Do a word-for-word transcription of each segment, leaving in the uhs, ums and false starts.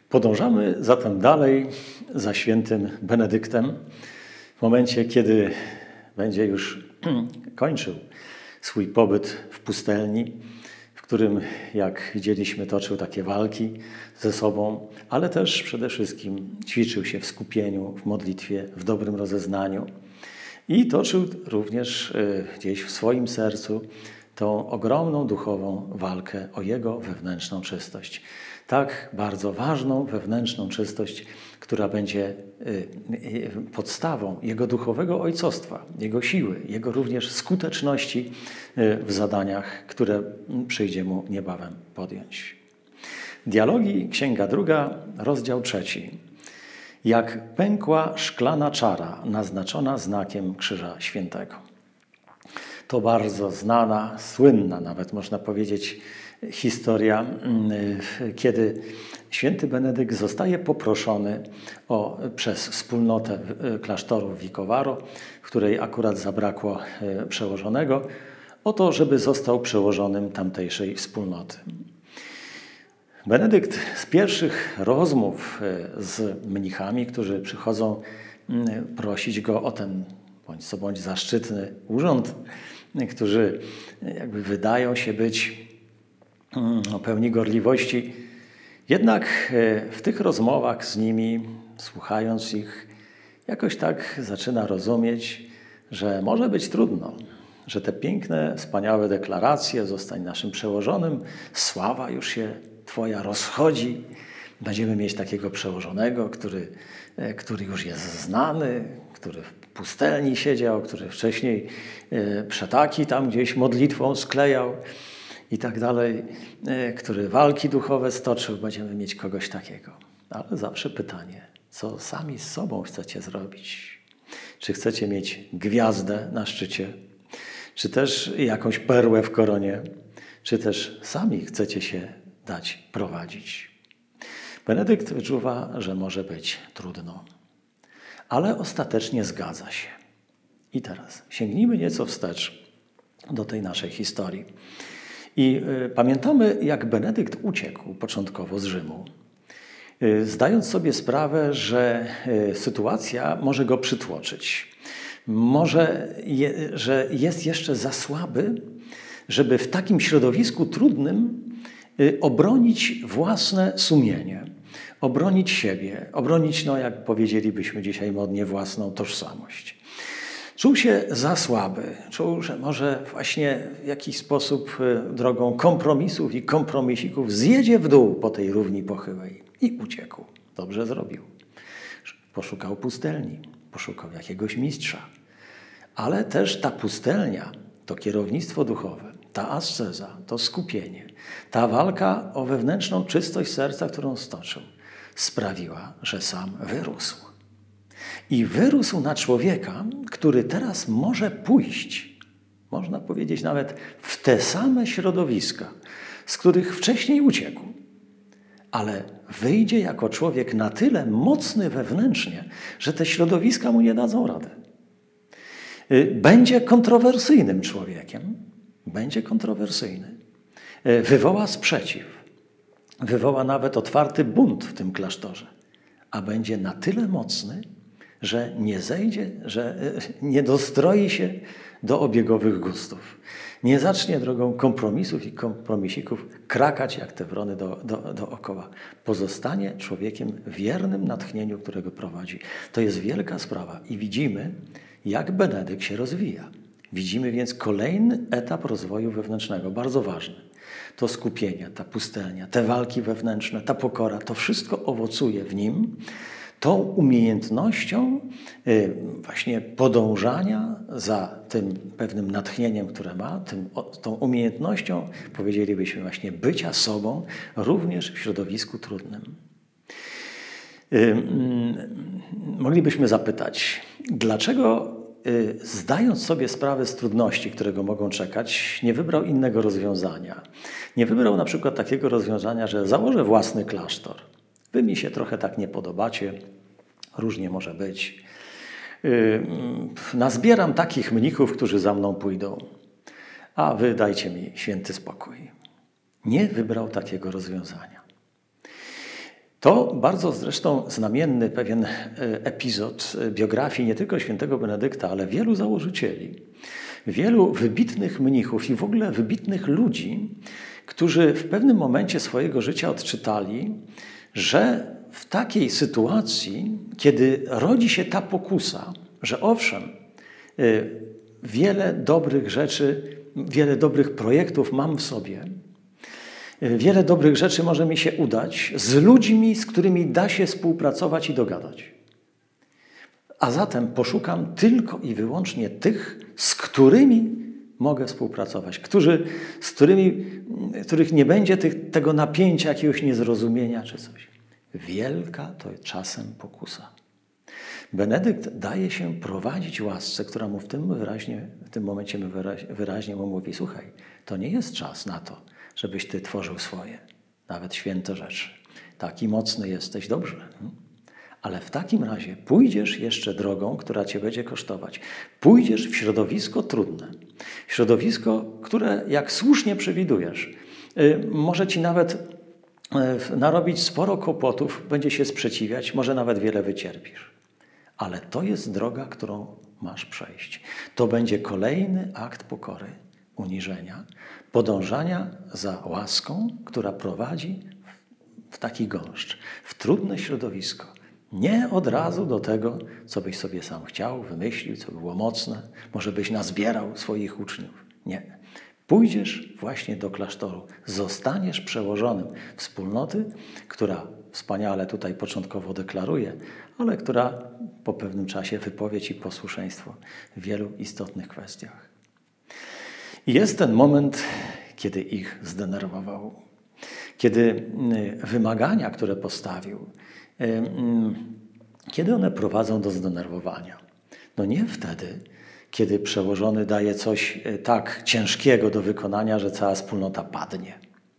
Podążamy zatem dalej za świętym Benedyktem w momencie, kiedy będzie już kończył swój pobyt w pustelni, w którym, jak widzieliśmy, toczył takie walki ze sobą, ale też przede wszystkim ćwiczył się w skupieniu, w modlitwie, w dobrym rozeznaniu i toczył również gdzieś w swoim sercu tą ogromną duchową walkę o jego wewnętrzną czystość. Tak bardzo ważną wewnętrzną czystość, która będzie podstawą jego duchowego ojcostwa, jego siły, jego również skuteczności w zadaniach, które przyjdzie mu niebawem podjąć. Dialogi, Księga druga, rozdział trzeci. Jak pękła szklana czara naznaczona znakiem Krzyża Świętego. To bardzo znana, słynna nawet można powiedzieć historia, kiedy święty Benedykt zostaje poproszony o, przez wspólnotę klasztoru w Vicovaro, w której akurat zabrakło przełożonego, o to, żeby został przełożonym tamtejszej wspólnoty. Benedykt z pierwszych rozmów z mnichami, którzy przychodzą prosić go o ten bądź co bądź zaszczytny urząd, którzy jakby wydają się być o pełni gorliwości. Jednak w tych rozmowach z nimi, słuchając ich, jakoś tak zaczyna rozumieć, że może być trudno, że te piękne, wspaniałe deklaracje, zostań naszym przełożonym, sława już się Twoja rozchodzi, będziemy mieć takiego przełożonego, który, który już jest znany, który w pustelni siedział, który wcześniej przetaki tam gdzieś modlitwą sklejał i tak dalej, który walki duchowe stoczył, będziemy mieć kogoś takiego. Ale zawsze pytanie, co sami z sobą chcecie zrobić? Czy chcecie mieć gwiazdę na szczycie? Czy też jakąś perłę w koronie? Czy też sami chcecie się dać prowadzić? Benedykt wyczuwa, że może być trudno, ale ostatecznie zgadza się. I teraz sięgnijmy nieco wstecz do tej naszej historii. I y, pamiętamy, jak Benedykt uciekł początkowo z Rzymu, y, zdając sobie sprawę, że y, sytuacja może go przytłoczyć. Może, je, że jest jeszcze za słaby, żeby w takim środowisku trudnym y, obronić własne sumienie, obronić siebie, obronić, no jak powiedzielibyśmy dzisiaj modnie, własną tożsamość. Czuł się za słaby, czuł, że może właśnie w jakiś sposób drogą kompromisów i kompromisików zjedzie w dół po tej równi pochyłej i uciekł. Dobrze zrobił. Poszukał pustelni, poszukał jakiegoś mistrza. Ale też ta pustelnia, to kierownictwo duchowe, ta asceza, to skupienie, ta walka o wewnętrzną czystość serca, którą stoczył, sprawiła, że sam wyrósł. I wyrósł na człowieka, który teraz może pójść, można powiedzieć nawet w te same środowiska, z których wcześniej uciekł, ale wyjdzie jako człowiek na tyle mocny wewnętrznie, że te środowiska mu nie dadzą rady. Będzie kontrowersyjnym człowiekiem, będzie kontrowersyjny, wywoła sprzeciw, wywoła nawet otwarty bunt w tym klasztorze, a będzie na tyle mocny, że nie zejdzie, że nie dostroi się do obiegowych gustów. Nie zacznie drogą kompromisów i kompromisików krakać jak te wrony do, do, dookoła. Pozostanie człowiekiem wiernym natchnieniu, którego prowadzi. To jest wielka sprawa i widzimy, jak Benedykt się rozwija. Widzimy więc kolejny etap rozwoju wewnętrznego, bardzo ważny. To skupienie, ta pustelnia, te walki wewnętrzne, ta pokora, to wszystko owocuje w nim tą umiejętnością właśnie podążania za tym pewnym natchnieniem, które ma, tym, tą umiejętnością, powiedzielibyśmy właśnie, bycia sobą również w środowisku trudnym. Moglibyśmy zapytać, dlaczego zdając sobie sprawę z trudności, które go mogą czekać, nie wybrał innego rozwiązania. Nie wybrał na przykład takiego rozwiązania, że założę własny klasztor. Wy mi się trochę tak nie podobacie, różnie może być. Nazbieram takich mnichów, którzy za mną pójdą, a wy dajcie mi święty spokój. Nie wybrał takiego rozwiązania. To bardzo zresztą znamienny pewien epizod biografii nie tylko świętego Benedykta, ale wielu założycieli, wielu wybitnych mnichów i w ogóle wybitnych ludzi, którzy w pewnym momencie swojego życia odczytali, że w takiej sytuacji, kiedy rodzi się ta pokusa, że owszem, wiele dobrych rzeczy, wiele dobrych projektów mam w sobie, wiele dobrych rzeczy może mi się udać z ludźmi, z którymi da się współpracować i dogadać. A zatem poszukam tylko i wyłącznie tych, z którymi mogę współpracować, którzy, z którymi, których nie będzie tych, tego napięcia, jakiegoś niezrozumienia czy coś. Wielka to czasem pokusa. Benedykt daje się prowadzić łasce, która mu w tym, wyraźnie, w tym momencie wyraźnie, wyraźnie mu mówi: słuchaj, to nie jest czas na to, żebyś ty tworzył swoje, nawet święte rzeczy. Taki mocny jesteś, dobrze. Ale w takim razie pójdziesz jeszcze drogą, która cię będzie kosztować. Pójdziesz w środowisko trudne. Środowisko, które, jak słusznie przewidujesz, może ci nawet narobić sporo kłopotów, będzie się sprzeciwiać, może nawet wiele wycierpisz. Ale to jest droga, którą masz przejść. To będzie kolejny akt pokory, uniżenia, podążania za łaską, która prowadzi w taki gąszcz, w trudne środowisko. Nie od razu do tego, co byś sobie sam chciał, wymyślił, co by było mocne, może byś nazbierał swoich uczniów. Nie. Pójdziesz właśnie do klasztoru, zostaniesz przełożonym wspólnoty, która wspaniale tutaj początkowo deklaruje, ale która po pewnym czasie wypowie ci posłuszeństwo w wielu istotnych kwestiach. I jest ten moment, kiedy ich zdenerwował, kiedy wymagania, które postawił, kiedy one prowadzą do zdenerwowania. No nie wtedy, kiedy przełożony daje coś tak ciężkiego do wykonania, że cała wspólnota padnie.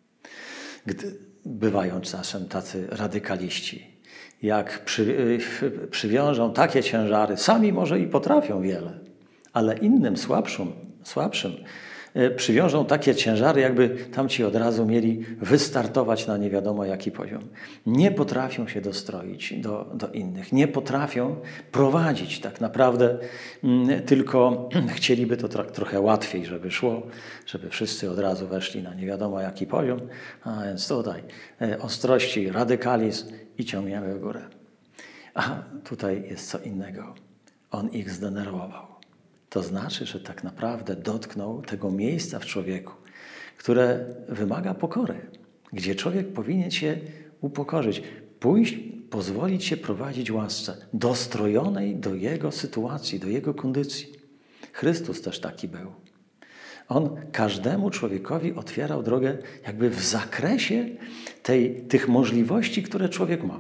Gdy bywają czasem tacy radykaliści, jak przy, przywiążą takie ciężary, sami może i potrafią wiele, ale innym słabszym, słabszym przywiążą takie ciężary, jakby tamci od razu mieli wystartować na nie wiadomo jaki poziom. Nie potrafią się dostroić do, do innych, nie potrafią prowadzić tak naprawdę, tylko chcieliby to trochę łatwiej, żeby szło, żeby wszyscy od razu weszli na nie wiadomo jaki poziom, a więc tutaj ostrości, radykalizm i ciągniemy w górę. A tutaj jest co innego. On ich zdenerwował. To znaczy, że tak naprawdę dotknął tego miejsca w człowieku, które wymaga pokory, gdzie człowiek powinien się upokorzyć, pójść, pozwolić się prowadzić łasce, dostrojonej do jego sytuacji, do jego kondycji. Chrystus też taki był. On każdemu człowiekowi otwierał drogę jakby w zakresie tej, tych możliwości, które człowiek ma.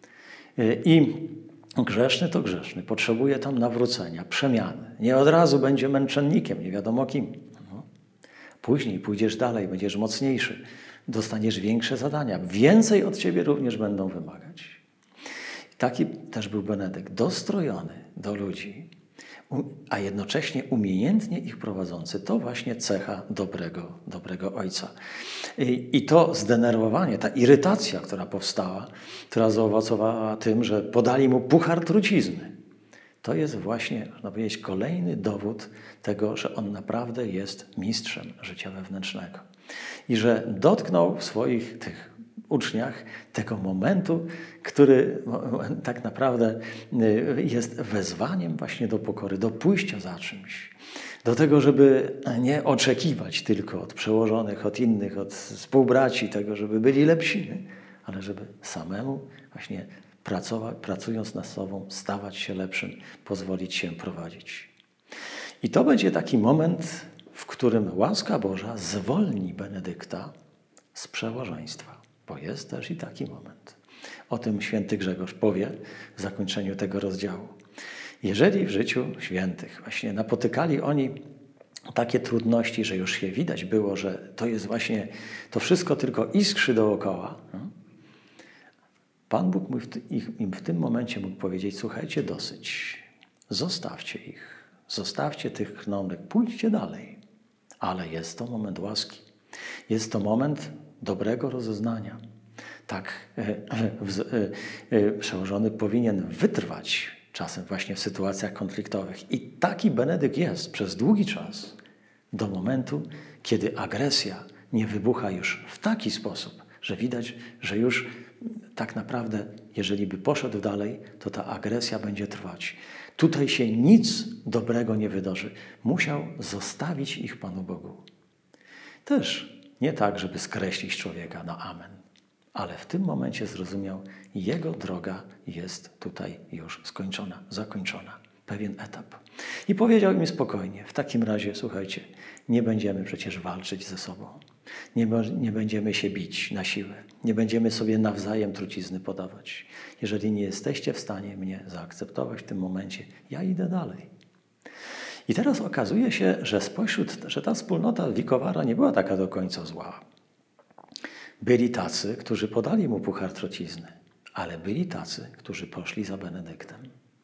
I grzeszny to grzeszny, potrzebuje tam nawrócenia, przemiany. Nie od razu będzie męczennikiem, nie wiadomo kim. No. Później pójdziesz dalej, będziesz mocniejszy, dostaniesz większe zadania, więcej od ciebie również będą wymagać. Taki też był Benedykt, dostrojony do ludzi, a jednocześnie umiejętnie ich prowadzący. To właśnie cecha dobrego, dobrego ojca. I, I to zdenerwowanie, ta irytacja, która powstała, która zaowocowała tym, że podali mu puchar trucizny. To jest właśnie, można powiedzieć, kolejny dowód tego, że on naprawdę jest mistrzem życia wewnętrznego. I że dotknął w swoich tych uczniach tego momentu, który tak naprawdę jest wezwaniem właśnie do pokory, do pójścia za czymś. Do tego, żeby nie oczekiwać tylko od przełożonych, od innych, od współbraci tego, żeby byli lepsi, ale żeby samemu właśnie pracować, pracując nad sobą, stawać się lepszym, pozwolić się prowadzić. I to będzie taki moment, w którym łaska Boża zwolni Benedykta z przełożeństwa. Bo jest też i taki moment. O tym święty Grzegorz powie w zakończeniu tego rozdziału. Jeżeli w życiu świętych właśnie napotykali oni takie trudności, że już się widać było, że to jest właśnie, to wszystko tylko iskrzy dookoła, no, Pan Bóg im w tym momencie mógł powiedzieć: słuchajcie, dosyć, zostawcie ich, zostawcie tych chnątek, pójdźcie dalej. Ale jest to moment łaski, jest to moment dobrego rozeznania. Tak przełożony powinien wytrwać czasem właśnie w sytuacjach konfliktowych. I taki Benedykt jest przez długi czas, do momentu, kiedy agresja nie wybucha już w taki sposób, że widać, że już tak naprawdę, jeżeli by poszedł dalej, to ta agresja będzie trwać. Tutaj się nic dobrego nie wydarzy. Musiał zostawić ich Panu Bogu. Też nie tak, żeby skreślić człowieka na amen, ale w tym momencie zrozumiał, jego droga jest tutaj już skończona, zakończona. Pewien etap. I powiedział im spokojnie, w takim razie, słuchajcie, nie będziemy przecież walczyć ze sobą. Nie, nie będziemy się bić na siłę. Nie będziemy sobie nawzajem trucizny podawać. Jeżeli nie jesteście w stanie mnie zaakceptować w tym momencie, ja idę dalej. I teraz okazuje się, że spośród, że ta wspólnota Wikowara nie była taka do końca zła. Byli tacy, którzy podali mu puchar trucizny, ale byli tacy, którzy poszli za Benedyktem.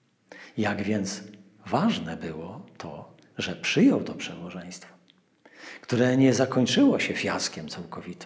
Jak więc ważne było to, że przyjął to przełożeństwo, które nie zakończyło się fiaskiem całkowitym.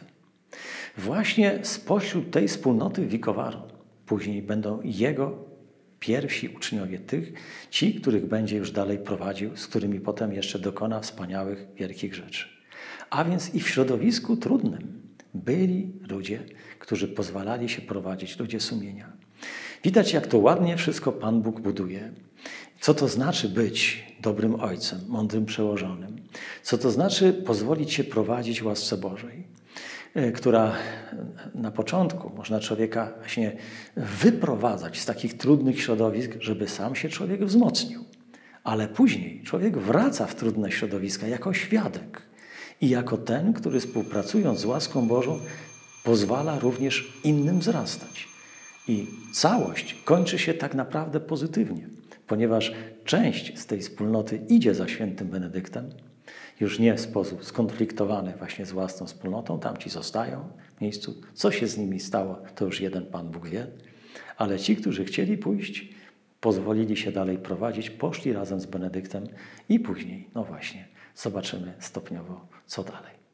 Właśnie spośród tej wspólnoty Wikowaru później będą jego pierwsi uczniowie, tych, ci, których będzie już dalej prowadził, z którymi potem jeszcze dokona wspaniałych, wielkich rzeczy. A więc i w środowisku trudnym byli ludzie, którzy pozwalali się prowadzić, ludzie sumienia. Widać, jak to ładnie wszystko Pan Bóg buduje. Co to znaczy być dobrym ojcem, mądrym przełożonym? Co to znaczy pozwolić się prowadzić łasce Bożej, która na początku można człowieka właśnie wyprowadzać z takich trudnych środowisk, żeby sam się człowiek wzmocnił. Ale później człowiek wraca w trudne środowiska jako świadek i jako ten, który współpracując z łaską Bożą pozwala również innym wzrastać. I całość kończy się tak naprawdę pozytywnie, ponieważ część z tej wspólnoty idzie za świętym Benedyktem, już nie w sposób skonfliktowany właśnie z własną wspólnotą, tamci zostają w miejscu. Co się z nimi stało, to już jeden Pan Bóg wie, ale ci, którzy chcieli pójść, pozwolili się dalej prowadzić, poszli razem z Benedyktem i później, no właśnie, zobaczymy stopniowo, co dalej.